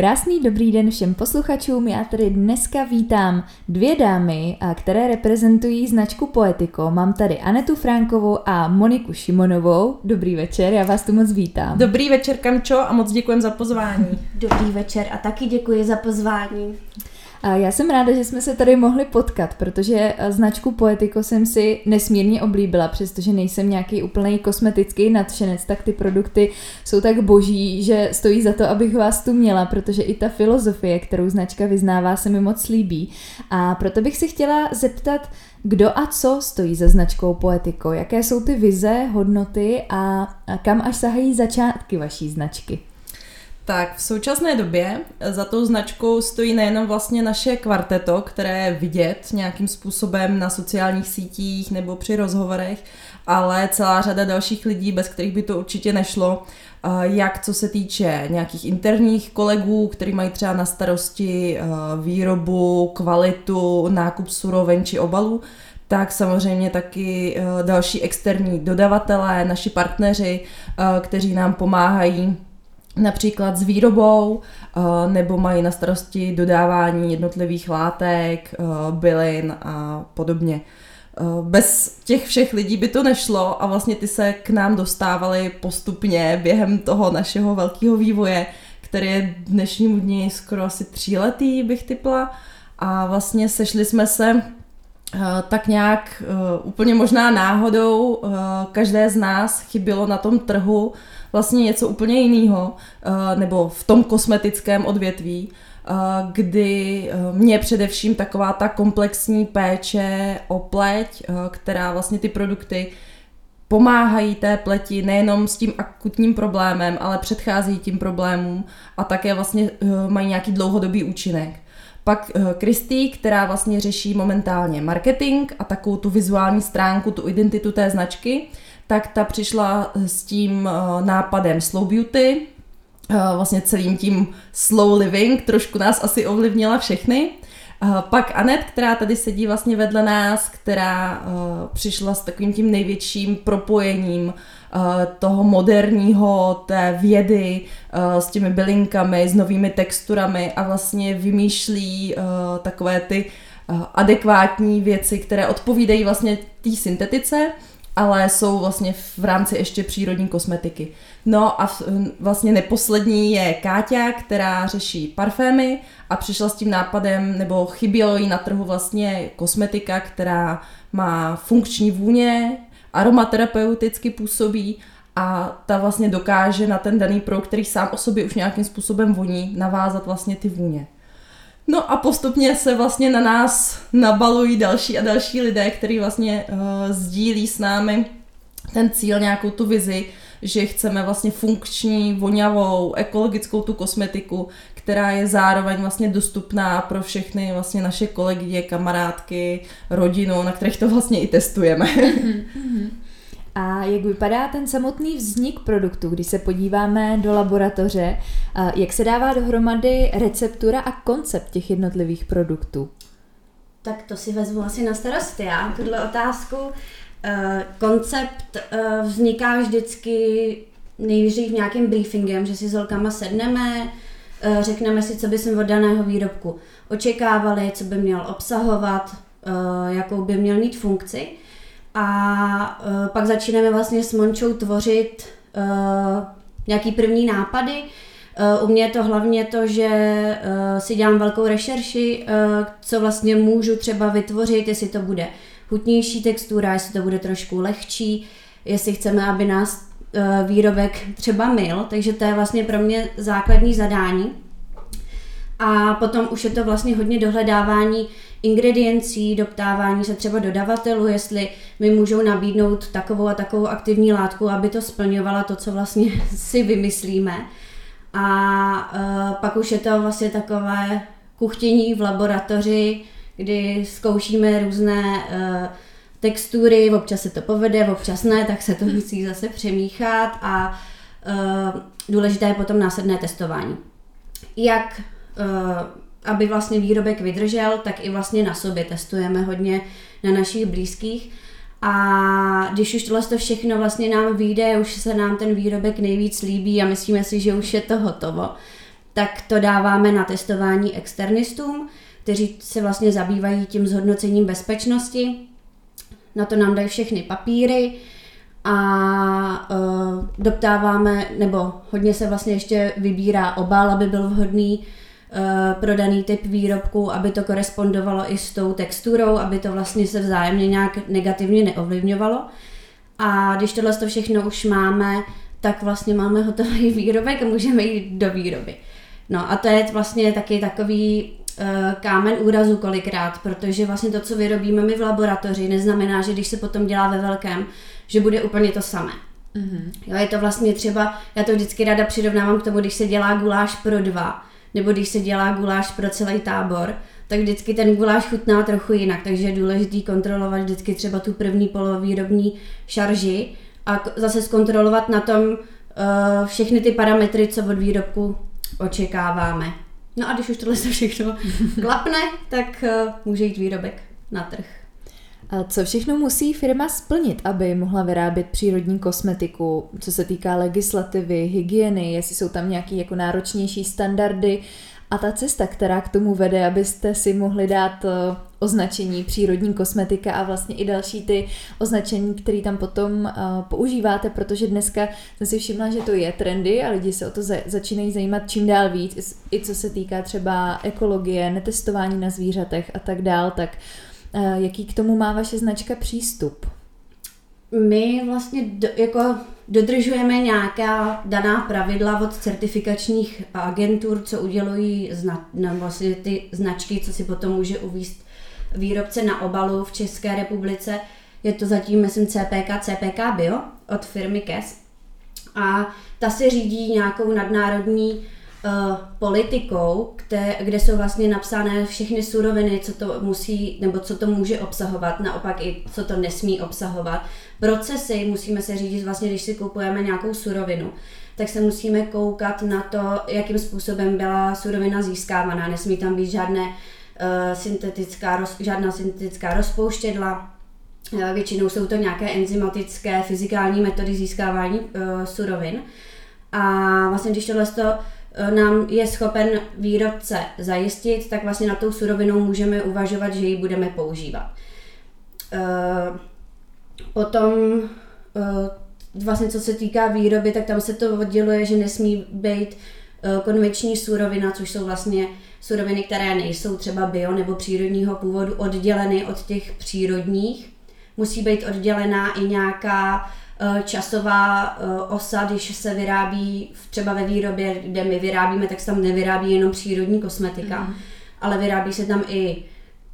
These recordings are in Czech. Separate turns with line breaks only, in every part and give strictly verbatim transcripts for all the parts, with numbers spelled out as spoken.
Krásný dobrý den všem posluchačům, já tady dneska vítám dvě dámy, které reprezentují značku Poetico. Mám tady Anetu Fránkovou a Moniku Šimonovou. Dobrý večer, já vás tu moc vítám.
Dobrý večer, Kamčo, a moc děkujem za pozvání.
Dobrý večer a taky děkuji za pozvání.
A já jsem ráda, že jsme se tady mohli potkat, protože značku Poetico jsem si nesmírně oblíbila, přestože nejsem nějaký úplný kosmetický nadšenec, tak ty produkty jsou tak boží, že stojí za to, abych vás tu měla, protože i ta filozofie, kterou značka vyznává, se mi moc líbí. A proto bych si chtěla zeptat, kdo a co stojí za značkou Poetico, jaké jsou ty vize, hodnoty a kam až sahají začátky vaší značky?
Tak v současné době za tou značkou stojí nejenom vlastně naše kvarteto, které je vidět nějakým způsobem na sociálních sítích nebo při rozhovorech, ale celá řada dalších lidí, bez kterých by to určitě nešlo, jak co se týče nějakých interních kolegů, kteří mají třeba na starosti výrobu, kvalitu, nákup surovin či obalů, tak samozřejmě taky další externí dodavatelé, naši partneři, kteří nám pomáhají například s výrobou, nebo mají na starosti dodávání jednotlivých látek, bylin a podobně. Bez těch všech lidí by to nešlo a vlastně ty se k nám dostávaly postupně během toho našeho velkého vývoje, který je dnešnímu dni skoro asi tříletý, bych tipla. A vlastně sešli jsme se tak nějak úplně možná náhodou, každé z nás chybělo na tom trhu vlastně něco úplně jiného, nebo v tom kosmetickém odvětví, kdy mě především taková ta komplexní péče o pleť, která vlastně ty produkty pomáhají té pleti nejenom s tím akutním problémem, ale předcházejí tím problémům a také vlastně mají nějaký dlouhodobý účinek. Pak Kristý, která vlastně řeší momentálně marketing a takovou tu vizuální stránku, tu identitu té značky, tak ta přišla s tím nápadem Slow Beauty, vlastně celým tím slow living, trošku nás asi ovlivnila všechny. Pak Anet, která tady sedí vlastně vedle nás, která přišla s takovým tím největším propojením toho moderního, té vědy, s těmi bylinkami, s novými texturami a vlastně vymýšlí takové ty adekvátní věci, které odpovídají vlastně té syntetice, ale jsou vlastně v rámci ještě přírodní kosmetiky. No a vlastně neposlední je Káťa, která řeší parfémy a přišla s tím nápadem, nebo chybělo jí na trhu vlastně kosmetika, která má funkční vůně, aromaterapeuticky působí a ta vlastně dokáže na ten daný produkt, který sám o sobě už nějakým způsobem voní, navázat vlastně ty vůně. No a postupně se vlastně na nás nabalují další a další lidé, kteří vlastně uh, sdílí s námi ten cíl, nějakou tu vizi, že chceme vlastně funkční, vonavou, ekologickou tu kosmetiku, která je zároveň vlastně dostupná pro všechny vlastně naše kolegyně, kamarádky, rodinu, na kterých to vlastně i testujeme.
A jak vypadá ten samotný vznik produktu, když se podíváme do laboratoře, jak se dává dohromady receptura a koncept těch jednotlivých produktů?
Tak to si vezmu asi na starosti já, tuhle otázku. Koncept vzniká vždycky nejdřív nějakým briefingem, že si s holkama sedneme, řekneme si, co by jsme od daného výrobku očekávali, co by měl obsahovat, jakou by měl mít funkci. A uh, pak začínáme vlastně s Mončou tvořit uh, nějaký první nápady. Uh, u mě je to hlavně to, že uh, si dělám velkou rešerši, uh, co vlastně můžu třeba vytvořit, jestli to bude hutnější textura, jestli to bude trošku lehčí, jestli chceme, aby nás uh, výrobek třeba myl, takže to je vlastně pro mě základní zadání. A potom už je to vlastně hodně dohledávání ingrediencí, doptávání se třeba dodavatelů, jestli mi můžou nabídnout takovou a takovou aktivní látku, aby to splňovala to, co vlastně si vymyslíme. A uh, pak už je to vlastně takové kuchtění v laboratoři, kdy zkoušíme různé uh, textury, občas se to povede, občas ne, tak se to musí zase přemíchat a uh, důležité je potom následné testování. Jak uh, aby vlastně výrobek vydržel, tak i vlastně na sobě testujeme hodně na našich blízkých. A když už tohle to všechno vlastně nám vyjde, už se nám ten výrobek nejvíc líbí a myslíme si, že už je to hotovo, tak to dáváme na testování externistům, kteří se vlastně zabývají tím zhodnocením bezpečnosti. Na to nám dají všechny papíry a uh, doptáváme, nebo hodně se vlastně ještě vybírá obal, aby byl vhodný uh, pro daný typ výrobku, aby to korespondovalo i s tou texturou, aby to vlastně se vzájemně nějak negativně neovlivňovalo. A když tohle to všechno už máme, tak vlastně máme hotový výrobek a můžeme jít do výroby. No a to je vlastně taky takový uh, kámen úrazu kolikrát, protože vlastně to, co vyrobíme my v laboratoři, neznamená, že když se potom dělá ve velkém, že bude úplně to samé. Mm-hmm. Jo, je to vlastně třeba, já to vždycky ráda přirovnávám k tomu, když se dělá guláš pro dva, nebo když se dělá guláš pro celý tábor, tak vždycky ten guláš chutná trochu jinak, takže je důležité kontrolovat vždycky třeba tu první polovýrobní šarži a zase zkontrolovat na tom uh, všechny ty parametry, co od výrobku očekáváme. No a když už tohle se všechno klapne, tak uh, může jít výrobek na trh.
A co všechno musí firma splnit, aby mohla vyrábět přírodní kosmetiku, co se týká legislativy, hygieny, jestli jsou tam nějaké jako náročnější standardy a ta cesta, která k tomu vede, abyste si mohli dát uh, označení přírodní kosmetika a vlastně i další ty označení, které tam potom uh, používáte, protože dneska jsem si všimla, že to je trendy a lidi se o to za- začínají zajímat čím dál víc, i co se týká třeba ekologie, netestování na zvířatech a tak dál, tak uh, jaký k tomu má vaše značka přístup?
My vlastně do, jako dodržujeme nějaká daná pravidla od certifikačních agentur, co udělují zna, na vlastně ty značky, co si potom může uvést výrobce na obalu v České republice. Je to zatím, myslím, C P K, C P K Bio od firmy K E S. A ta se řídí nějakou nadnárodní uh, politikou, kde, kde jsou vlastně napsané všechny suroviny, co to musí, nebo co to může obsahovat, naopak i co to nesmí obsahovat. Procesy musíme se řídit vlastně, když si kupujeme nějakou surovinu, tak se musíme koukat na to, jakým způsobem byla surovina získávaná. Nesmí tam být žádné, uh, syntetická, roz, žádná syntetická rozpouštědla. Uh, většinou jsou to nějaké enzymatické, fyzikální metody získávání uh, surovin. A vlastně, když tohle to nám je schopen výrobce zajistit, tak vlastně na tou surovinou můžeme uvažovat, že ji budeme používat. Potom vlastně co se týká výroby, tak tam se to odděluje, že nesmí být konvenční surovina, což jsou vlastně suroviny, které nejsou třeba bio nebo přírodního původu, odděleny od těch přírodních. Musí být oddělená i nějaká časová osa, když se vyrábí třeba ve výrobě, kde my vyrábíme, tak se tam nevyrábí jenom přírodní kosmetika, mm. ale vyrábí se tam i,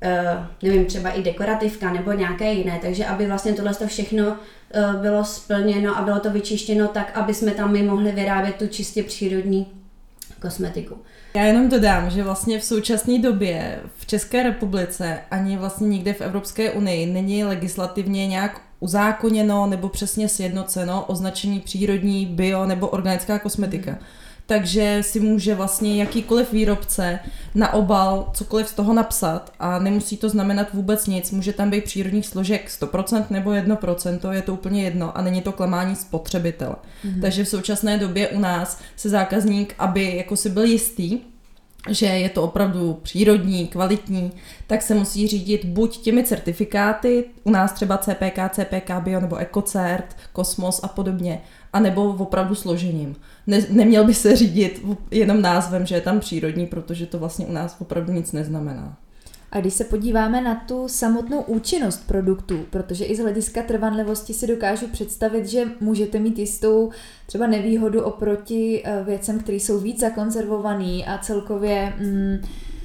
nevím, třeba i dekorativka nebo nějaké jiné, takže aby vlastně tohle všechno bylo splněno a bylo to vyčištěno tak, aby jsme tam my mohli vyrábět tu čistě přírodní kosmetiku.
Já jenom dodám, že vlastně v současné době v České republice ani vlastně nikde v Evropské unii není legislativně nějak uzákoněno nebo přesně sjednoceno označení přírodní, bio nebo organická kosmetika. Mm. Takže si může vlastně jakýkoliv výrobce na obal cokoliv z toho napsat a nemusí to znamenat vůbec nic. Může tam být přírodních složek sto procent nebo jedno procento, je to úplně jedno a není to klamání spotřebitele. Mm. Takže v současné době u nás se zákazník, aby jako si byl jistý, že je to opravdu přírodní, kvalitní, tak se musí řídit buď těmi certifikáty, u nás třeba C P K, C P K Bio nebo EcoCert, Kosmos a podobně, anebo opravdu složením. Ne, neměl by se řídit jenom názvem, že je tam přírodní, protože to vlastně u nás opravdu nic neznamená.
A když se podíváme na tu samotnou účinnost produktů, protože i z hlediska trvanlivosti si dokážu představit, že můžete mít jistou třeba nevýhodu oproti věcem, které jsou víc zakonzervovaný a celkově mm,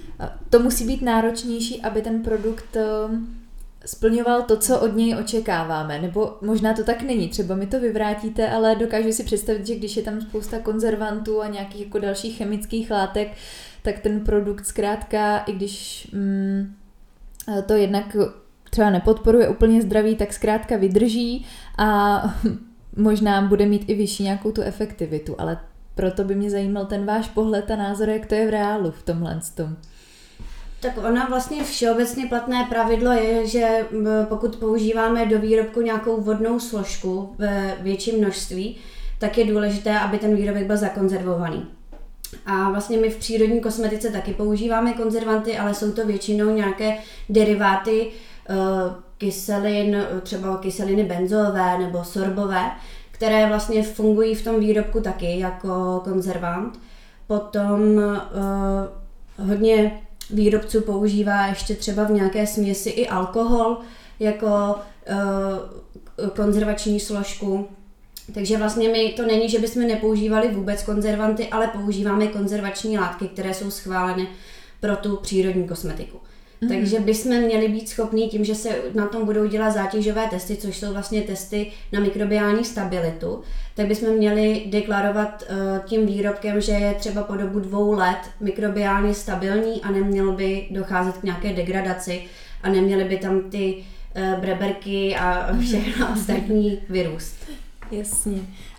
to musí být náročnější, aby ten produkt splňoval to, co od něj očekáváme. Nebo možná to tak není, třeba mi to vyvrátíte, ale dokážu si představit, že když je tam spousta konzervantů a nějakých jako dalších chemických látek, tak ten produkt zkrátka, i když mm, to jednak třeba nepodporuje úplně zdraví, tak zkrátka vydrží a možná bude mít i vyšší nějakou tu efektivitu, ale proto by mě zajímal ten váš pohled a názor, jak to je v reálu v tomhle tom.
Tak ona vlastně všeobecně platné pravidlo je, že pokud používáme do výrobku nějakou vodnou složku ve větším množství, tak je důležité, aby ten výrobek byl zakonzervovaný. A vlastně my v přírodní kosmetice taky používáme konzervanty, ale jsou to většinou nějaké deriváty kyselin, třeba kyseliny benzové nebo sorbové, které vlastně fungují v tom výrobku taky jako konzervant. Potom uh, hodně výrobců používá ještě třeba v nějaké směsi i alkohol jako uh, konzervační složku. Takže vlastně my to není, že bychom nepoužívali vůbec konzervanty, ale používáme konzervační látky, které jsou schválené pro tu přírodní kosmetiku. Mm. Takže bychom měli být schopní tím, že se na tom budou dělat zátěžové testy, což jsou vlastně testy na mikrobiální stabilitu, tak bychom měli deklarovat uh, tím výrobkem, že je třeba po dobu dvou let mikrobiálně stabilní a nemělo by docházet k nějaké degradaci a neměly by tam ty uh, breberky a všechno ostatní vyrůst.
Jasně.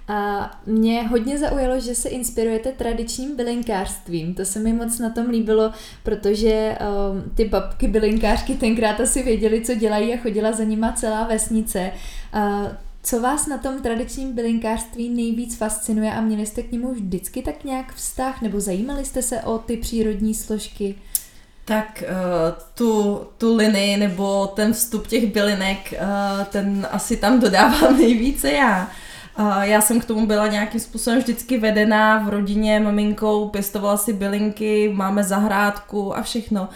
A mě hodně zaujalo, že se inspirujete tradičním bylinkářstvím. To se mi moc na tom líbilo, protože um, ty babky bylinkářky tenkrát asi věděly, co dělají a chodila za nima celá vesnice. Uh, co vás na tom tradičním bylinkářství nejvíc fascinuje a měli jste k němu vždycky tak nějak vztah nebo zajímali jste se o ty přírodní složky?
Tak uh, tu, tu linii nebo ten vstup těch bylinek, uh, ten asi tam dodávám nejvíce já. Uh, já jsem k tomu byla nějakým způsobem vždycky vedená v rodině, maminkou, pěstovala si bylinky, máme zahrádku a všechno.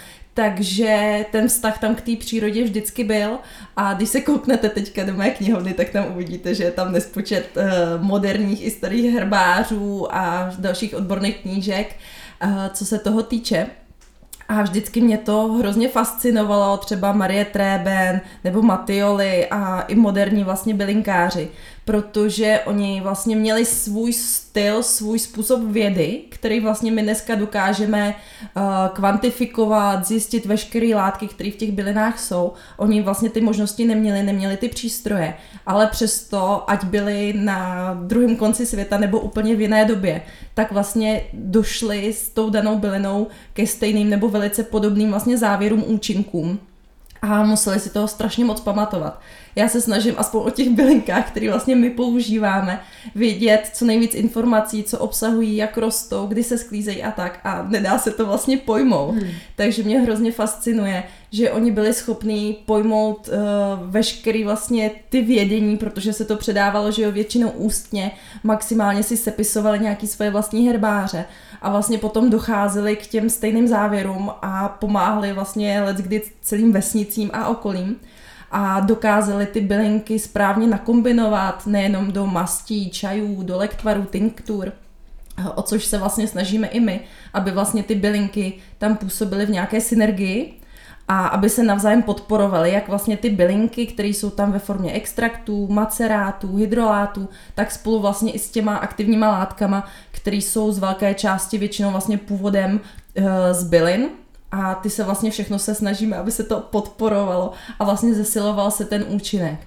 Takže ten vztah tam k té přírodě vždycky byl a když se kouknete teďka do mé knihovny, tak tam uvidíte, že je tam nespočet uh, moderních i starých herbářů a dalších odborných knížek, uh, co se toho týče. A vždycky mě to hrozně fascinovalo, třeba Marie Trében nebo Mattioli a i moderní vlastně bylinkáři, protože oni vlastně měli svůj styl, svůj způsob vědy, který vlastně my dneska dokážeme uh, kvantifikovat, zjistit veškeré látky, které v těch bylinách jsou. Oni vlastně ty možnosti neměli, neměli ty přístroje, ale přesto, ať byli na druhém konci světa nebo úplně v jiné době, tak vlastně došli s tou danou bylinou ke stejným nebo velice podobným vlastně závěrům, účinkům. A museli si toho strašně moc pamatovat. Já se snažím aspoň o těch bylinkách, které vlastně my používáme, vědět co nejvíc informací, co obsahují, jak rostou, kdy se sklízejí a tak. A nedá se to vlastně pojmout. Hmm. Takže mě hrozně fascinuje, že oni byli schopní pojmout uh, veškerý vlastně ty vědění, protože se to předávalo, že jo, většinou ústně, maximálně si sepisovali nějaký svoje vlastní herbáře a vlastně potom docházeli k těm stejným závěrům a pomáhali vlastně leckdy celým vesnicím a okolím a dokázali ty bylinky správně nakombinovat nejenom do mastí, čajů, do lektvarů, tinktur, o což se vlastně snažíme i my, aby vlastně ty bylinky tam působily v nějaké synergii a aby se navzájem podporovaly, jak vlastně ty bylinky, které jsou tam ve formě extraktů, macerátů, hydrolátů, tak spolu vlastně i s těma aktivníma látkama, které jsou z velké části většinou vlastně původem e, z bylin. A ty se vlastně všechno se snažíme, aby se to podporovalo a vlastně zesiloval se ten účinek.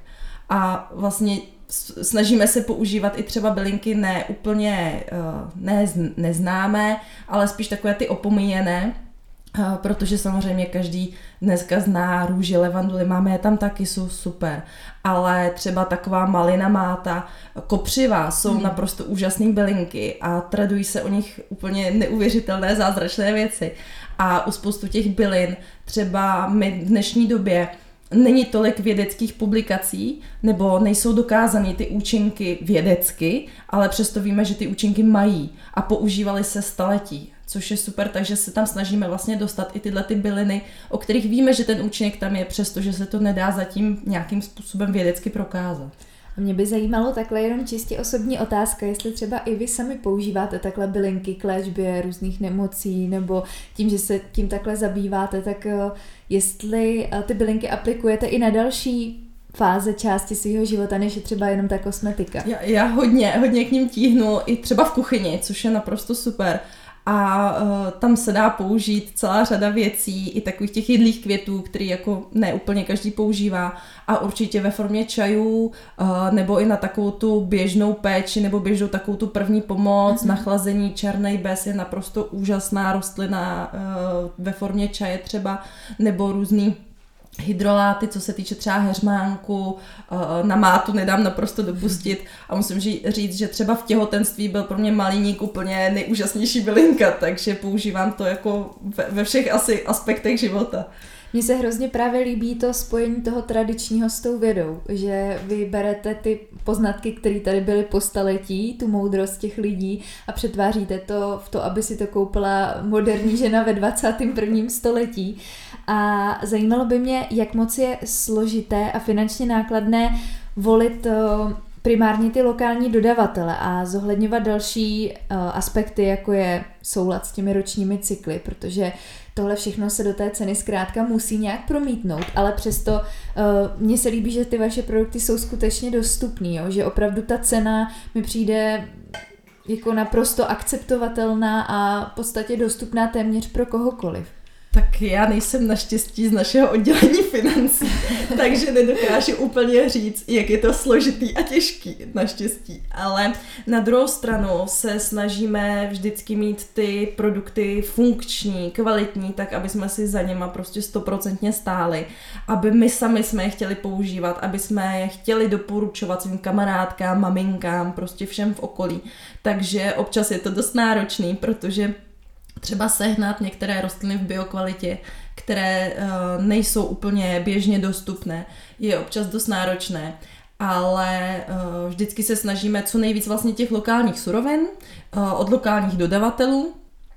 A vlastně snažíme se používat i třeba bylinky ne úplně ne, neznámé, ale spíš takové ty opomíjené, protože samozřejmě každý dneska zná růži, levanduly, máme je tam taky, jsou super, ale třeba taková malina máta, kopřiva jsou hmm. naprosto úžasné bylinky a tradují se o nich úplně neuvěřitelné zázračné věci. A u spoustu těch bylin třeba my v dnešní době není tolik vědeckých publikací, nebo nejsou dokázané ty účinky vědecky, ale přesto víme, že ty účinky mají a používaly se staletí, což je super, takže se tam snažíme vlastně dostat i tyhle ty byliny, o kterých víme, že ten účinek tam je, přestože se to nedá zatím nějakým způsobem vědecky prokázat.
A mě by zajímalo takhle jenom čistě osobní otázka, jestli třeba i vy sami používáte takhle bylinky k léčbě různých nemocí, nebo tím, že se tím takhle zabýváte, tak jestli ty bylinky aplikujete i na další fáze části svého života, než je třeba jenom ta kosmetika.
Já, já hodně, hodně k ním tíhnu, i třeba v kuchyni, což je naprosto super. A uh, tam se dá použít celá řada věcí, i takových těch jedlých květů, který jako ne úplně každý používá a určitě ve formě čajů uh, nebo i na takovou tu běžnou péči nebo běžnou takovou tu první pomoc, mm-hmm. nachlazení černej bez je naprosto úžasná rostlina uh, ve formě čaje třeba nebo různý hydroláty, co se týče třeba heřmánku, na mátu nedám naprosto dopustit a musím říct, že třeba v těhotenství byl pro mě malíník úplně nejúžasnější bylinka, takže používám to jako ve všech asi aspektech života.
Mně se hrozně právě líbí to spojení toho tradičního s tou vědou, že vy berete ty poznatky, které tady byly po staletí, tu moudrost těch lidí a přetváříte to v to, aby si to koupila moderní žena ve dvacátém prvním století. A zajímalo by mě, jak moc je složité a finančně nákladné volit primárně ty lokální dodavatele a zohledňovat další uh, aspekty, jako je soulad s těmi ročními cykly, protože tohle všechno se do té ceny zkrátka musí nějak promítnout, ale přesto uh, mně se líbí, že ty vaše produkty jsou skutečně dostupný, jo? Že opravdu ta cena mi přijde jako naprosto akceptovatelná a v podstatě dostupná téměř pro kohokoliv.
Tak já nejsem naštěstí z našeho oddělení financí, takže nedokážu úplně říct, jak je to složitý a těžký, naštěstí. Ale na druhou stranu se snažíme vždycky mít ty produkty funkční, kvalitní, tak aby jsme si za něma prostě stoprocentně stáli, aby my sami jsme je chtěli používat, aby jsme je chtěli doporučovat svým kamarádkám, maminkám, prostě všem v okolí. Takže občas je to dost náročný, protože třeba sehnat některé rostliny v biokvalitě, které uh, nejsou úplně běžně dostupné, je občas dost náročné, ale uh, vždycky se snažíme co nejvíc vlastně těch lokálních surovin uh, od lokálních dodavatelů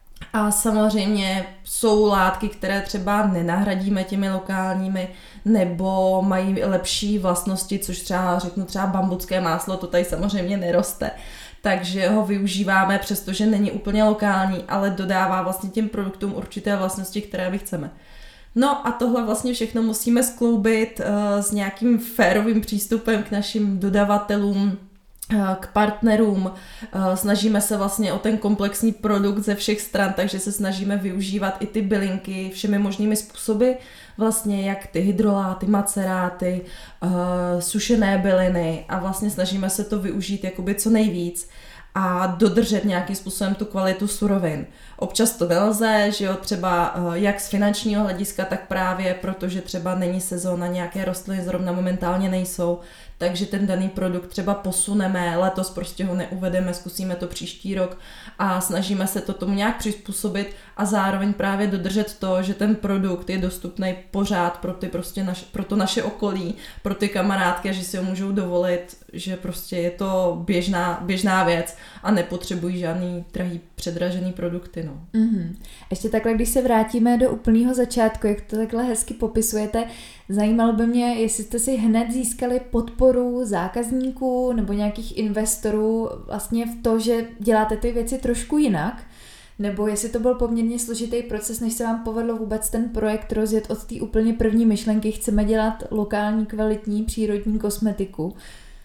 a samozřejmě jsou látky, které třeba nenahradíme těmi lokálními nebo mají lepší vlastnosti, což třeba řeknu třeba bambucké máslo, to tady samozřejmě neroste. Takže ho využíváme, přestože není úplně lokální, ale dodává vlastně těm produktům určité vlastnosti, které my chceme. No a tohle vlastně všechno musíme skloubit uh, s nějakým férovým přístupem k našim dodavatelům, uh, k partnerům. Uh, snažíme se vlastně o ten komplexní produkt ze všech stran, takže se snažíme využívat i ty bylinky všemi možnými způsoby, vlastně jak ty hydroláty, maceráty, uh, sušené byliny a vlastně snažíme se to využít jakoby co nejvíc a dodržet nějakým způsobem tu kvalitu surovin. Občas to nelze, že jo, třeba uh, jak z finančního hlediska, tak právě protože třeba není sezóna, nějaké rostliny zrovna momentálně nejsou, takže ten daný produkt třeba posuneme, letos prostě ho neuvedeme, zkusíme to příští rok a snažíme se to tomu nějak přizpůsobit a zároveň právě dodržet to, že ten produkt je dostupný pořád pro, ty prostě naš, pro to naše okolí, pro ty kamarádky, že si ho můžou dovolit, že prostě je to běžná, běžná věc a nepotřebují žádný drahý předražený produkty. No.
Mm-hmm. Ještě takhle, když se vrátíme do úplného začátku, jak to takhle hezky popisujete, zajímalo by mě, jestli jste si hned získali podporu zákazníků nebo nějakých investorů vlastně v to, že děláte ty věci trošku jinak, nebo jestli to byl poměrně složitý proces, než se vám povedlo vůbec ten projekt rozjet od té úplně první myšlenky, chceme dělat lokální, kvalitní, přírodní kosmetiku.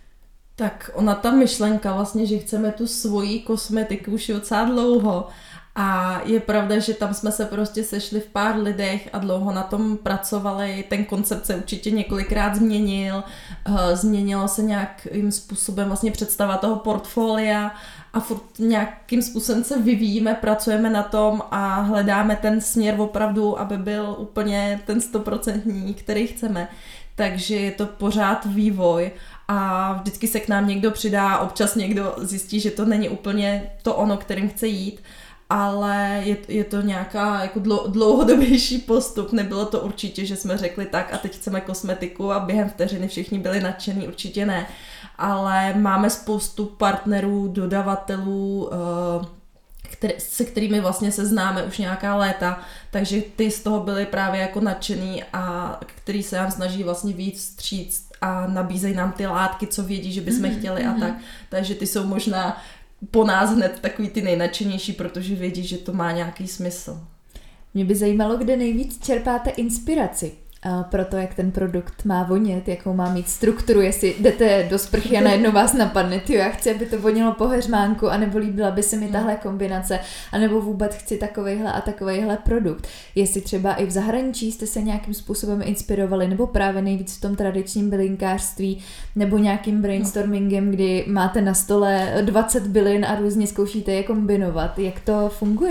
Tak ona ta myšlenka vlastně, že chceme tu svoji kosmetiku už je docela dlouho a je pravda, že tam jsme se prostě sešli v pár lidech a dlouho na tom pracovali, ten koncept se určitě několikrát změnil, změnilo se nějakým způsobem vlastně představa toho portfolia a furt nějakým způsobem se vyvíjíme, pracujeme na tom a hledáme ten směr opravdu, aby byl úplně ten stoprocentní, který chceme. Takže je to pořád vývoj a vždycky se k nám někdo přidá, občas někdo zjistí, že to není úplně to ono, kterým chce jít, ale je, je to nějaká jako dlouhodobější postup, nebylo to určitě, že jsme řekli tak a teď chceme kosmetiku a během vteřiny všichni byli nadšení, určitě ne, ale máme spoustu partnerů, dodavatelů, Který, se kterými vlastně se známe už nějaká léta, takže ty z toho byly právě jako nadšený a který se nám snaží vlastně víc vstříct a nabízejí nám ty látky, co vědí, že bychom mm-hmm. chtěli a tak. Takže ty jsou možná po nás hned takový ty nejnadšenější, protože vědí, že to má nějaký smysl.
Mě by zajímalo, kde nejvíc čerpáte inspiraci pro to, jak ten produkt má vonět, jakou má mít strukturu, jestli jdete do sprchy a najednou vás napadne, tyjo, já chci, aby to vonilo po heřmánku, anebo líbila by se mi tahle kombinace, anebo vůbec chci takovejhle a takovejhle produkt. Jestli třeba i v zahraničí jste se nějakým způsobem inspirovali, nebo právě nejvíc v tom tradičním bylinkářství, nebo nějakým brainstormingem, kdy máte na stole dvacet bylin a různě zkoušíte je kombinovat. Jak to funguje?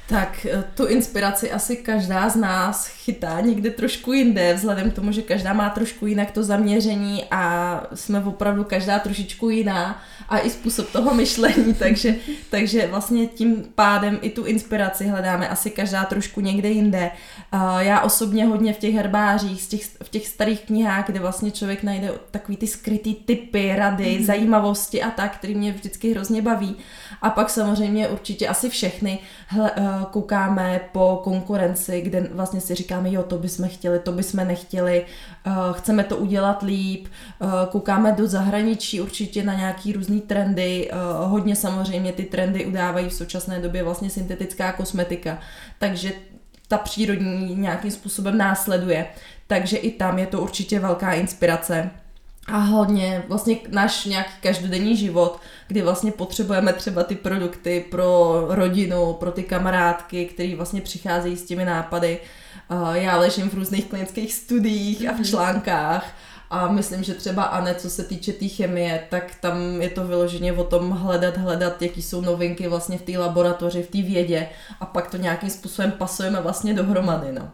Tak tu inspiraci asi každá z nás chytá někde trošku jinde, vzhledem k tomu, že každá má trošku jinak to zaměření a jsme opravdu každá trošičku jiná a i způsob toho myšlení, takže, takže vlastně tím pádem i tu inspiraci hledáme asi každá trošku někde jinde. Já osobně hodně v těch herbářích, v těch, v těch starých knihách, kde vlastně člověk najde takový ty skrytý tipy, rady, mm. zajímavosti a tak, který mě vždycky hrozně baví. A pak samozřejmě určitě asi všechny hle, koukáme po konkurenci, kde vlastně si říkáme, jo, to bychom chtěli, to bychom nechtěli, chceme to udělat líp, koukáme do zahraničí určitě na nějaký různý trendy, hodně samozřejmě ty trendy udávají v současné době vlastně syntetická kosmetika, takže ta přírodní nějakým způsobem následuje, takže i tam je to určitě velká inspirace. A hodně vlastně náš nějaký každodenní život, kdy vlastně potřebujeme třeba ty produkty pro rodinu, pro ty kamarádky, který vlastně přicházejí s těmi nápady. Já ležím v různých klinických studiích a v článkách a myslím, že třeba Anne, co se týče té chemie, tak tam je to vyloženě o tom hledat, hledat, jaký jsou novinky vlastně v té laboratoři, v té vědě a pak to nějakým způsobem pasujeme vlastně dohromady, no.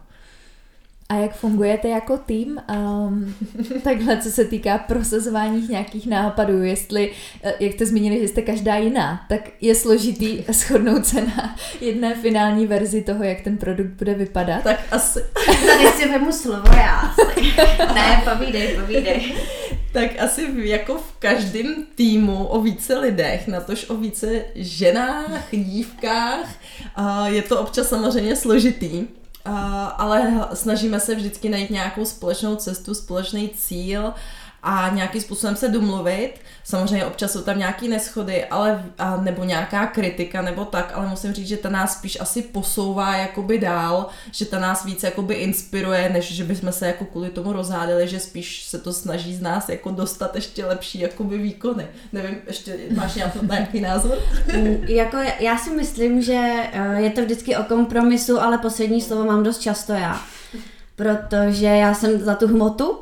A jak fungujete jako tým? Um, takhle, co se týká prosazování nějakých nápadů, jestli, jak jste zmínili, že jste každá jiná, tak je složitý shodnout se na jedné finální verzi toho, jak ten produkt bude vypadat?
Tak asi.
Tady si vemu slovo já asi. Ne, povídej, povídej.
Tak asi jako v každém týmu o více lidech, natož o více ženách, dívkách, je to občas samozřejmě složitý. Uh, ale snažíme se vždycky najít nějakou společnou cestu, společný cíl a nějakým způsobem se domluvit. Samozřejmě občas jsou tam nějaké neshody, ale, a, nebo nějaká kritika nebo tak, ale musím říct, že ta nás spíš asi posouvá jakoby dál, že ta nás víc jakoby inspiruje, než že bychom se jako kvůli tomu rozhádali, že spíš se to snaží z nás jako dostat ještě lepší jakoby výkony. Nevím, ještě máš nějaký názor?
Jako já si myslím, že je to vždycky o kompromisu, ale poslední slovo mám dost často já, protože já jsem za tu hmotu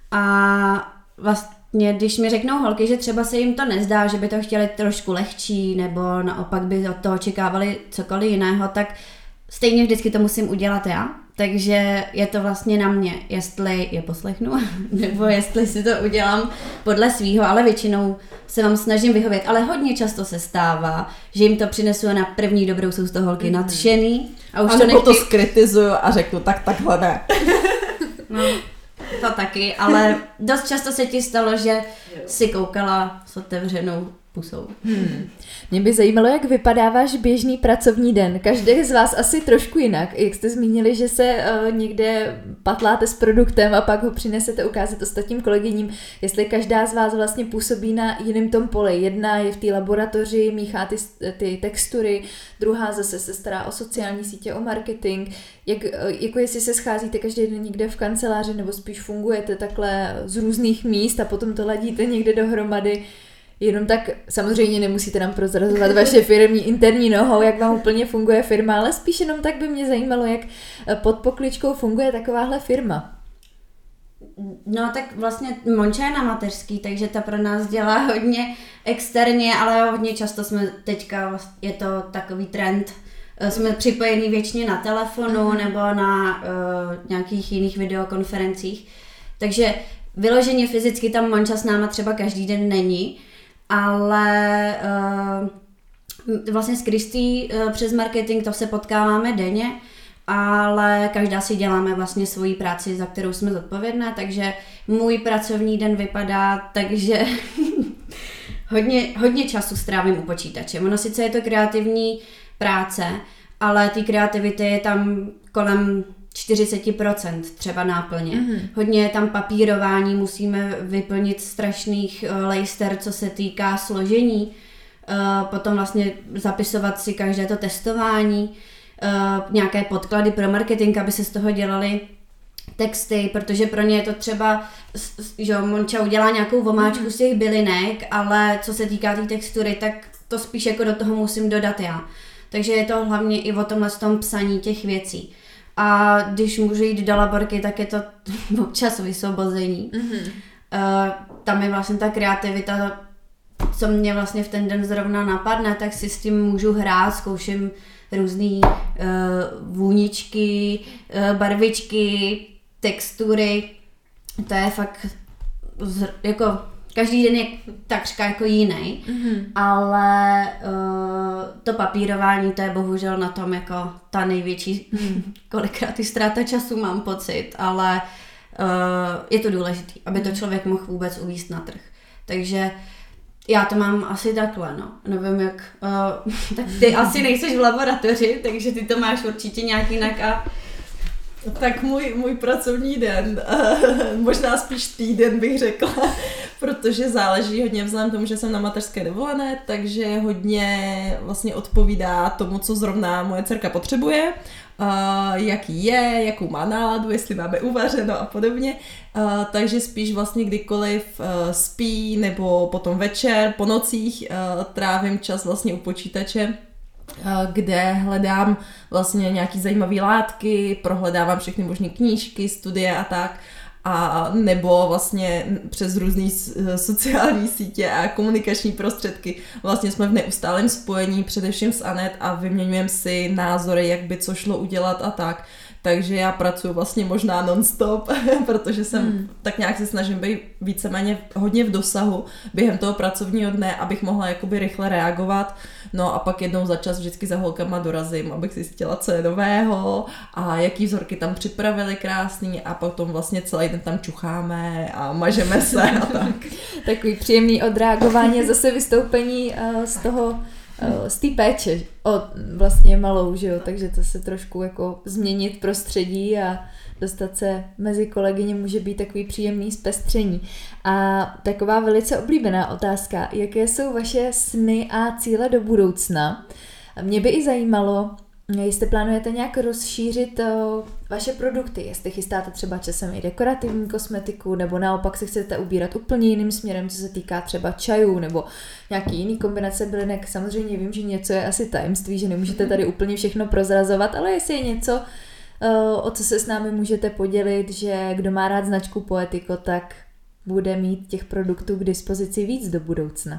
a vlastně, když mi řeknou holky, že třeba se jim to nezdá, že by to chtěli trošku lehčí, nebo naopak by od toho očekávali cokoliv jiného, tak stejně vždycky to musím udělat já. Takže je to vlastně na mě, jestli je poslechnu, nebo jestli si to udělám podle svýho, ale většinou se vám snažím vyhovět. Ale hodně často se stává, že jim to přinesu a na první dobrou jsou z toho holky mm. nadšený.
A už a to, nechci... to skritizuju a řeknu, tak takhle ne.
No. To taky, ale dost často se ti stalo, že si koukala s otevřenou pusou.
Hmm. Mě by zajímalo, jak vypadá váš běžný pracovní den. Každý z vás asi trošku jinak. Jak jste zmínili, že se uh, někde patláte s produktem a pak ho přinesete ukázat ostatním kolegyním, jestli každá z vás vlastně působí na jiném tom poli. Jedna je v té laboratoři, míchá ty, ty textury, druhá zase se stará o sociální sítě, o marketing. Jak, jako jestli se scházíte každý den někde v kanceláři, nebo spíš fungujete takhle z různých míst a potom to ladíte někde dohromady. Jenom tak samozřejmě nemusíte nám prozrazovat vaše firmní interní nohou, jak vám úplně funguje firma, ale spíš jenom tak by mě zajímalo, jak pod pokličkou funguje takováhle firma.
No tak vlastně Monča je na mateřský, takže ta pro nás dělá hodně externě, ale hodně často jsme teďka, je to takový trend, jsme připojení většině na telefonu nebo na uh, nějakých jiných videokonferencích, takže vyloženě fyzicky tam Monča s náma třeba každý den není, ale uh, vlastně s Kristý uh, přes marketing to se potkáváme denně, ale každá si děláme vlastně svoji práci, za kterou jsme zodpovědné, takže můj pracovní den vypadá tak, že hodně, hodně času strávím u počítače. Ono sice je to kreativní práce, ale ty kreativity je tam kolem čtyřicet procent třeba náplně. Mm-hmm. Hodně je tam papírování, musíme vyplnit strašných uh, lejster, co se týká složení, uh, potom vlastně zapisovat si každé to testování, uh, nějaké podklady pro marketing, aby se z toho dělaly texty, protože pro ně je to třeba, že Monča udělá nějakou vomáčku mm-hmm. z těch bylinek, ale co se týká té tý textury, tak to spíš jako do toho musím dodat já. Takže je to hlavně i o tomhle tom psaní těch věcí. A když můžu jít do laborky, tak je to občas vysvobození. Mm-hmm. Uh, tam je vlastně ta kreativita co mě vlastně v ten den zrovna napadne, tak si s tím můžu hrát, zkouším různý uh, vůničky, uh, barvičky, textury. To je fakt z, jako každý den je takřka jako jiný, mm-hmm. ale uh, to papírování, to je bohužel na tom jako ta největší, mm. kolikrát i ztráta času mám pocit, ale uh, je to důležité, aby to člověk mohl vůbec uvést na trh. Takže já to mám asi takhle, no. Nevím jak, uh, tak ty asi nejseš v laboratoři, takže ty to máš určitě nějak jinak a
tak můj, můj pracovní den, možná spíš týden bych řekla, protože záleží hodně vzhledem tomu, že jsem na mateřské dovolené, takže hodně vlastně odpovídá tomu, co zrovna moje dcerka potřebuje, jaký je, jakou má náladu, jestli máme uvařeno a podobně, takže spíš vlastně kdykoliv spí nebo potom večer, po nocích trávím čas vlastně u počítače, kde hledám vlastně nějaký zajímavé látky, prohledávám všechny možné knížky, studie a tak, a nebo vlastně přes různé sociální sítě a komunikační prostředky vlastně jsme v neustálém spojení především s Anet a vyměňujeme si názory, jak by co šlo udělat a tak. Takže já pracuji vlastně možná non-stop, protože jsem hmm. tak nějak se snažím být víceméně hodně v dosahu během toho pracovního dne, abych mohla jakoby rychle reagovat. No a pak jednou za čas vždycky za holkama dorazím, abych zjistila, co je nového a jaký vzorky tam připravili krásný a potom vlastně celý den tam čucháme a mažeme se a tak.
Takový příjemný odreagování, zase vystoupení uh, z toho z té péče o vlastně malou, že jo, takže to se trošku jako změnit prostředí a dostat se mezi kolegyně může být takový příjemný zpestření. A taková velice oblíbená otázka, jaké jsou vaše sny a cíle do budoucna? Mě by i zajímalo, jestli plánujete nějak rozšířit uh, vaše produkty, jestli chystáte třeba časem i dekorativní kosmetiku, nebo naopak se chcete ubírat úplně jiným směrem, co se týká třeba čajů, nebo nějaký jiný kombinace bylinek. Samozřejmě vím, že něco je asi tajemství, že nemůžete tady úplně všechno prozrazovat, ale jestli je něco, uh, o co se s námi můžete podělit, že kdo má rád značku Poetico, tak bude mít těch produktů k dispozici víc do budoucna.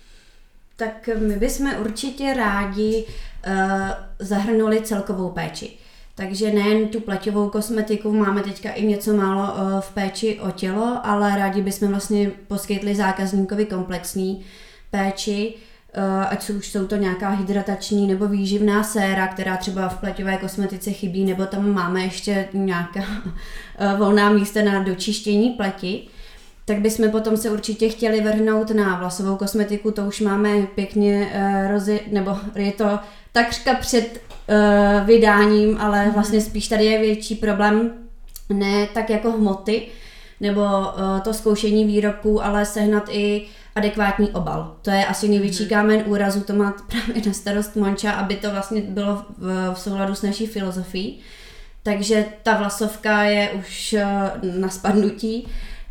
Tak my bychom určitě rádi uh, zahrnuli celkovou péči. Takže nejen tu pleťovou kosmetiku, máme teďka i něco málo uh, v péči o tělo, ale rádi bychom vlastně poskytli zákazníkovi komplexní péči, uh, ať už jsou to nějaká hydratační nebo výživná séra, která třeba v pleťové kosmetice chybí, nebo tam máme ještě nějaká uh, volná místa na dočištění pleti. Tak bychom potom se určitě chtěli vrhnout na vlasovou kosmetiku, to už máme pěkně uh, rozi, nebo je to takřka před uh, vydáním, ale vlastně spíš tady je větší problém, ne tak jako hmoty, nebo uh, to zkoušení výrobků, ale sehnat i adekvátní obal. To je asi největší kámen úrazu, to má právě na starost Monča, aby to vlastně bylo v, v souladu s naší filozofií. Takže ta vlasovka je už uh, na spadnutí.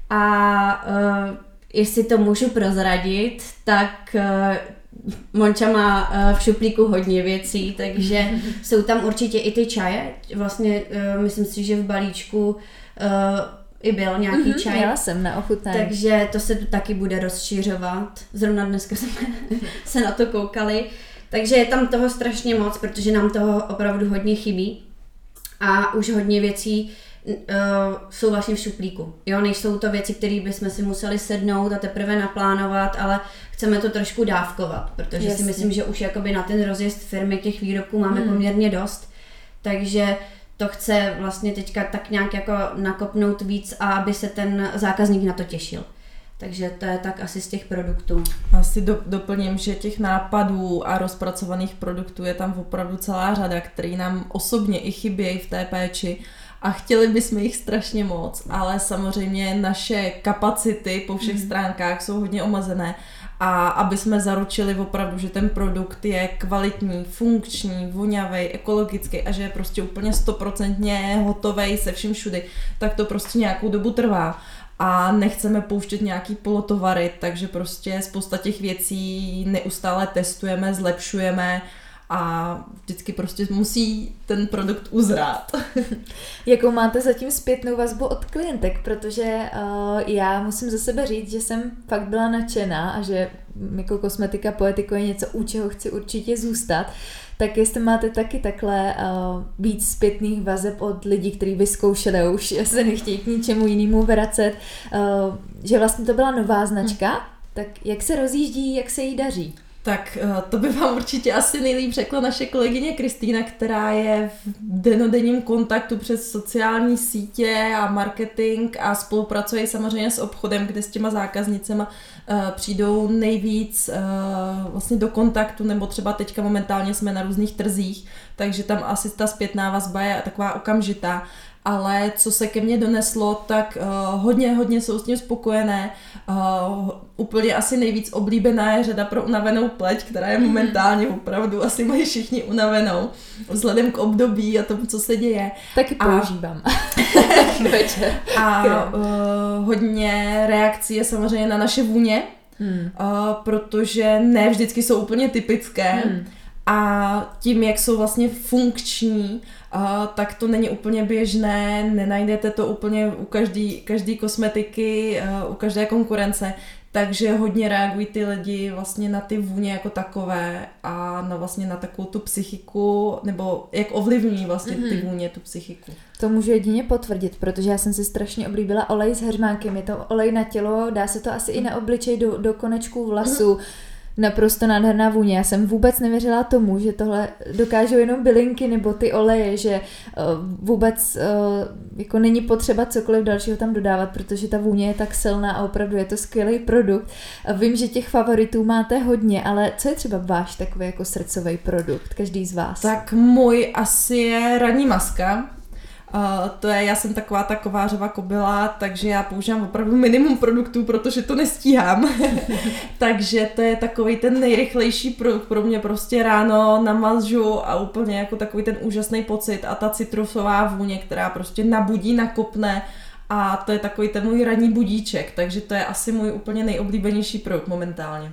A uh, jestli to můžu prozradit, tak uh, Monča má uh, v šuplíku hodně věcí, takže jsou tam určitě i ty čaje. Vlastně uh, myslím si, že v balíčku uh, i byl nějaký mm-hmm, čaj.
Já jsem na ochutnání.
Takže to se taky bude rozšiřovat. Zrovna dneska jsme se na to koukali. Takže je tam toho strašně moc, protože nám toho opravdu hodně chybí. A už hodně věcí Uh, jsou vlastně v šuplíku. Jo, nejsou to věci, které bychom si museli sednout a teprve naplánovat, ale chceme to trošku dávkovat, protože Jasně. si myslím, že už jakoby na ten rozjezd firmy těch výrobků máme hmm. poměrně dost, takže to chce vlastně teďka tak nějak jako nakopnout víc a aby se ten zákazník na to těšil. Takže to je tak asi z těch produktů.
Asi do, doplním, že těch nápadů a rozpracovaných produktů je tam opravdu celá řada, který nám osobně i chybějí v té péči. A chtěli bychom jich strašně moc, ale samozřejmě naše kapacity po všech stránkách jsou hodně omezené a aby jsme zaručili opravdu, že ten produkt je kvalitní, funkční, vonavý, ekologický a že je prostě úplně stoprocentně hotovej se vším všudy, tak to prostě nějakou dobu trvá. A nechceme pouštět nějaký polotovary, takže prostě spousta těch věcí neustále testujeme, zlepšujeme, a vždycky prostě musí ten produkt uzrát.
Jakou máte zatím zpětnou vazbu od klientek, protože uh, já musím za sebe říct, že jsem fakt byla nadšená a že jako kosmetika Poetico je něco, u čeho chci určitě zůstat, tak jestli máte taky takhle uh, víc zpětných vazeb od lidí, kteří vyzkoušeli, už se nechtějí k ničemu jinému vracet, uh, že vlastně to byla nová značka, hmm. tak jak se rozjíždí, jak se jí daří?
Tak to by vám určitě asi nejlíp řekla naše kolegyně Kristýna, která je v denodenním kontaktu přes sociální sítě a marketing a spolupracuje samozřejmě s obchodem, kde s těma zákaznicema uh, přijdou nejvíc uh, vlastně do kontaktu, nebo třeba teďka momentálně jsme na různých trzích, takže tam asi ta zpětná vazba je taková okamžitá. Ale co se ke mně doneslo, tak uh, hodně, hodně jsou s tím spokojené. Uh, úplně asi nejvíc oblíbená je řada pro unavenou pleť, která je momentálně opravdu, asi mají všichni unavenou, vzhledem k období a tomu, co se děje.
Taky používám.
A uh, hodně reakcí je samozřejmě na naše vůně, hmm. uh, protože ne vždycky jsou úplně typické. Hmm. A tím, jak jsou vlastně funkční, uh, tak to není úplně běžné, nenajdete to úplně u každý, každý kosmetiky, uh, u každé konkurence, takže hodně reagují ty lidi vlastně na ty vůně jako takové a na vlastně na takovou tu psychiku, nebo jak ovlivňují vlastně ty vůně tu psychiku.
To můžu jedině potvrdit, protože já jsem si strašně oblíbila olej s heřmánkem, je to olej na tělo, dá se to asi i na obličej do, do konečků vlasů. Naprosto nádherná vůně. Já jsem vůbec nevěřila tomu, že tohle dokážou jenom bylinky nebo ty oleje, že uh, vůbec uh, jako není potřeba cokoliv dalšího tam dodávat, protože ta vůně je tak silná a opravdu je to skvělý produkt. A vím, že těch favoritů máte hodně, ale co je třeba váš takový jako srdcový produkt, každý z vás?
Tak můj asi je ranní maska. Uh, to je, já jsem taková ta kovářová kobyla, takže já používám opravdu minimum produktů, protože to nestíhám. Takže to je takový ten nejrychlejší produkt pro mě, prostě ráno namažu a úplně jako takový ten úžasný pocit a ta citrusová vůně, která prostě nabudí, nakopne a to je takový ten můj ranní budíček, takže to je asi můj úplně nejoblíbenější produkt momentálně.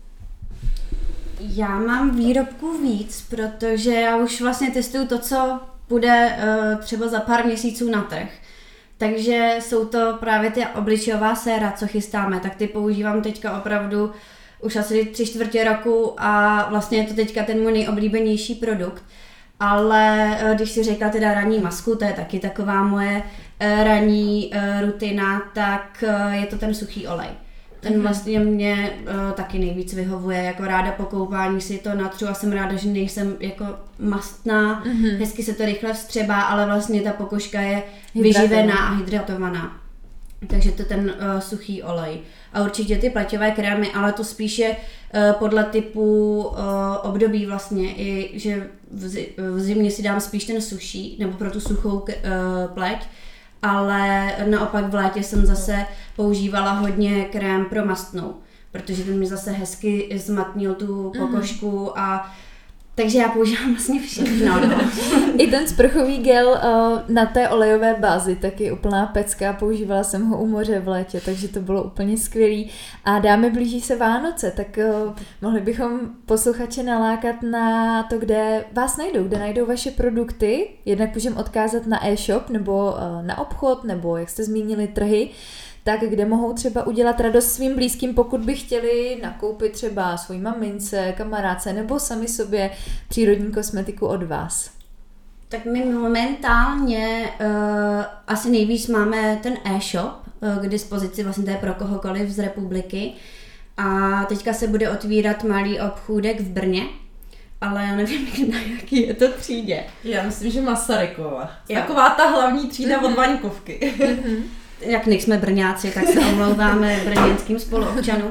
Já mám výrobků víc, protože já už vlastně testuju to, co bude uh, třeba za pár měsíců na trh. Takže jsou to právě ty obličejová séra, co chystáme, tak ty používám teďka opravdu už asi tři čtvrtě roku a vlastně je to teďka ten můj nejoblíbenější produkt. Ale uh, když si řekla teda ranní masku, to je taky taková moje uh, ranní uh, rutina, tak uh, je to ten suchý olej. Ten vlastně mě uh, taky nejvíc vyhovuje, jako ráda po koupání si to natřu a jsem ráda, že nejsem jako mastná, mm-hmm. hezky se to rychle vstřebá, ale vlastně ta pokožka je vyživená a hydratovaná. Takže to ten uh, suchý olej. A určitě ty pleťové krémy, ale to spíše uh, podle typu uh, období vlastně, i že v, zi- v zimě si dám spíš ten suší, nebo pro tu suchou uh, pleť, ale naopak v létě jsem zase používala hodně krém pro mastnou, protože ten mi zase hezky zmatnil tu pokožku mm. a takže já používám vlastně všechno. No.
I ten sprchový gel uh, na té olejové bázi, taky úplná pecka, používala jsem ho u moře v létě, takže to bylo úplně skvělý. A dámy, blíží se Vánoce, tak uh, mohli bychom posluchače nalákat na to, kde vás najdou, kde najdou vaše produkty. Jednak můžeme odkázat na e-shop nebo uh, na obchod, nebo jak jste zmínili trhy, tak kde mohou třeba udělat radost svým blízkým, pokud by chtěli nakoupit třeba svojí mamince, kamarádce nebo sami sobě přírodní kosmetiku od vás.
Tak my momentálně uh, asi nejvíc máme ten e-shop uh, k dispozici, vlastně to je pro kohokoliv z republiky. A teďka se bude otvírat malý obchůdek v Brně, ale já nevím, na jaký je to třídě.
Já myslím, že Masarykova. Taková ta hlavní třída od Vaňkovky.
Jak nejsme Brňáci, tak se omlouváme brněnským spoluobčanům.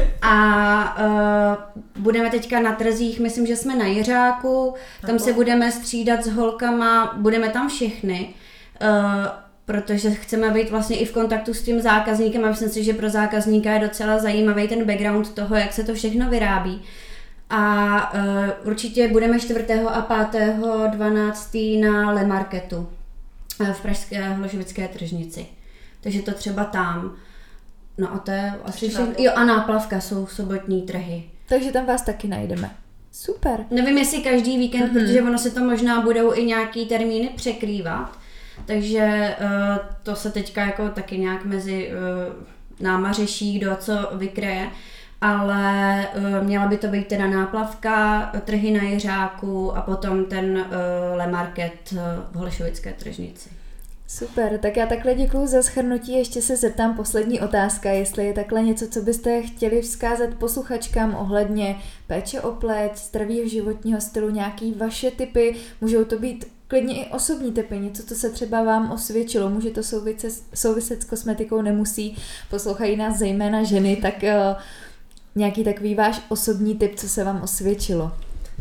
A uh, budeme teďka na trzích, myslím, že jsme na Jiřáku, tam se budeme střídat s holkama, budeme tam všechny, uh, protože chceme být vlastně i v kontaktu s tím zákazníkem a myslím si, že pro zákazníka je docela zajímavý ten background toho, jak se to všechno vyrábí. A uh, určitě budeme čtvrtého a pátého dvanáctého na Le Marketu v pražské Hložovické tržnici. Takže to třeba tam. No a to je asi všechno. Jo, a Náplavka jsou sobotní trhy.
Takže tam vás taky najdeme. Super.
Nevím, jestli každý víkend, mm-hmm. protože ono se to možná budou i nějaký termíny překrývat. Takže uh, to se teďka jako taky nějak mezi uh, náma řeší, kdo co vykreje. ale uh, měla by to být teda náplavka, trhy na Jiřáku a potom ten uh, Le Market uh, v Holešovické tržnici.
Super, tak já takhle děkuju za shrnutí. Ještě se zeptám poslední otázka, jestli je takhle něco, co byste chtěli vzkázat posluchačkám ohledně péče o pleť, zdravého životního stylu, nějaký vaše tipy, můžou to být klidně i osobní tipy, něco, co se třeba vám osvědčilo, může to souviset, souviset s kosmetikou, nemusí, poslouchají nás zejména ženy, tak uh, nějaký takový váš osobní tip, co se vám osvědčilo.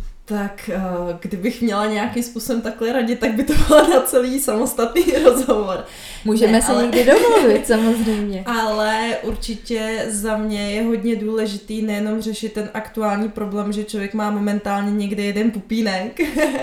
Tak kdybych měla nějakým způsobem takhle radit, tak by to bylo na celý samostatný rozhovor.
Můžeme ne, se ale... někdy domluvit, samozřejmě.
Ale určitě za mě je hodně důležitý nejenom řešit ten aktuální problém, že člověk má momentálně někde jeden pupínek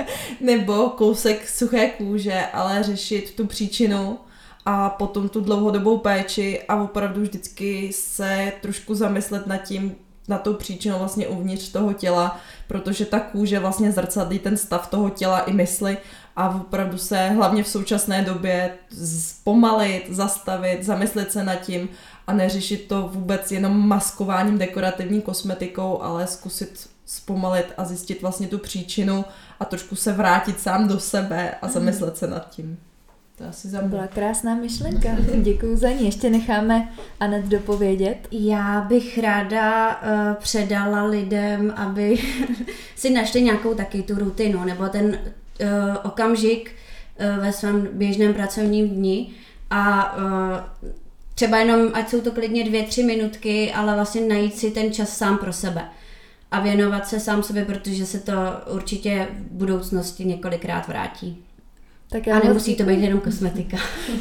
nebo kousek suché kůže, ale řešit tu příčinu a potom tu dlouhodobou péči a opravdu vždycky se trošku zamyslet nad tím, na tou příčinu vlastně uvnitř toho těla, protože ta kůže vlastně zrcadlí ten stav toho těla i mysli a opravdu se hlavně v současné době zpomalit, zastavit, zamyslet se nad tím a neřešit to vůbec jenom maskováním, dekorativní kosmetikou, ale zkusit zpomalit a zjistit vlastně tu příčinu a trošku se vrátit sám do sebe a zamyslet se nad tím. To asi za mě.
Byla krásná myšlenka, děkuju za ní. Ještě necháme Anet dopovědět.
Já bych ráda uh, předala lidem, aby si našli nějakou taky tu rutinu, nebo ten uh, okamžik uh, ve svém běžném pracovním dni a uh, třeba jenom, ať jsou to klidně dvě, tři minutky, ale vlastně najít si ten čas sám pro sebe a věnovat se sám sobě, protože se to určitě v budoucnosti několikrát vrátí. Tak a nemusí to být jenom kosmetika.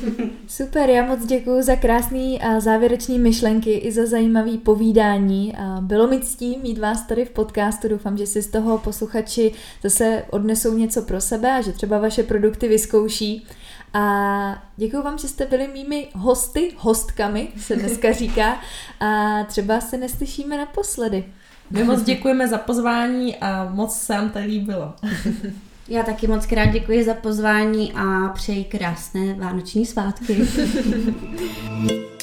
Super, já moc děkuju za krásný a závěrečný myšlenky i za zajímavý povídání. A bylo mi ctí mít vás tady v podcastu. Doufám, že si z toho posluchači zase odnesou něco pro sebe a že třeba vaše produkty vyzkouší. A děkuju vám, že jste byli mými hosty, hostkami se dneska říká a třeba se neslyšíme naposledy.
My moc děkujeme za pozvání a moc se vám to líbilo.
Já taky moc krát děkuji za pozvání a přeji krásné vánoční svátky.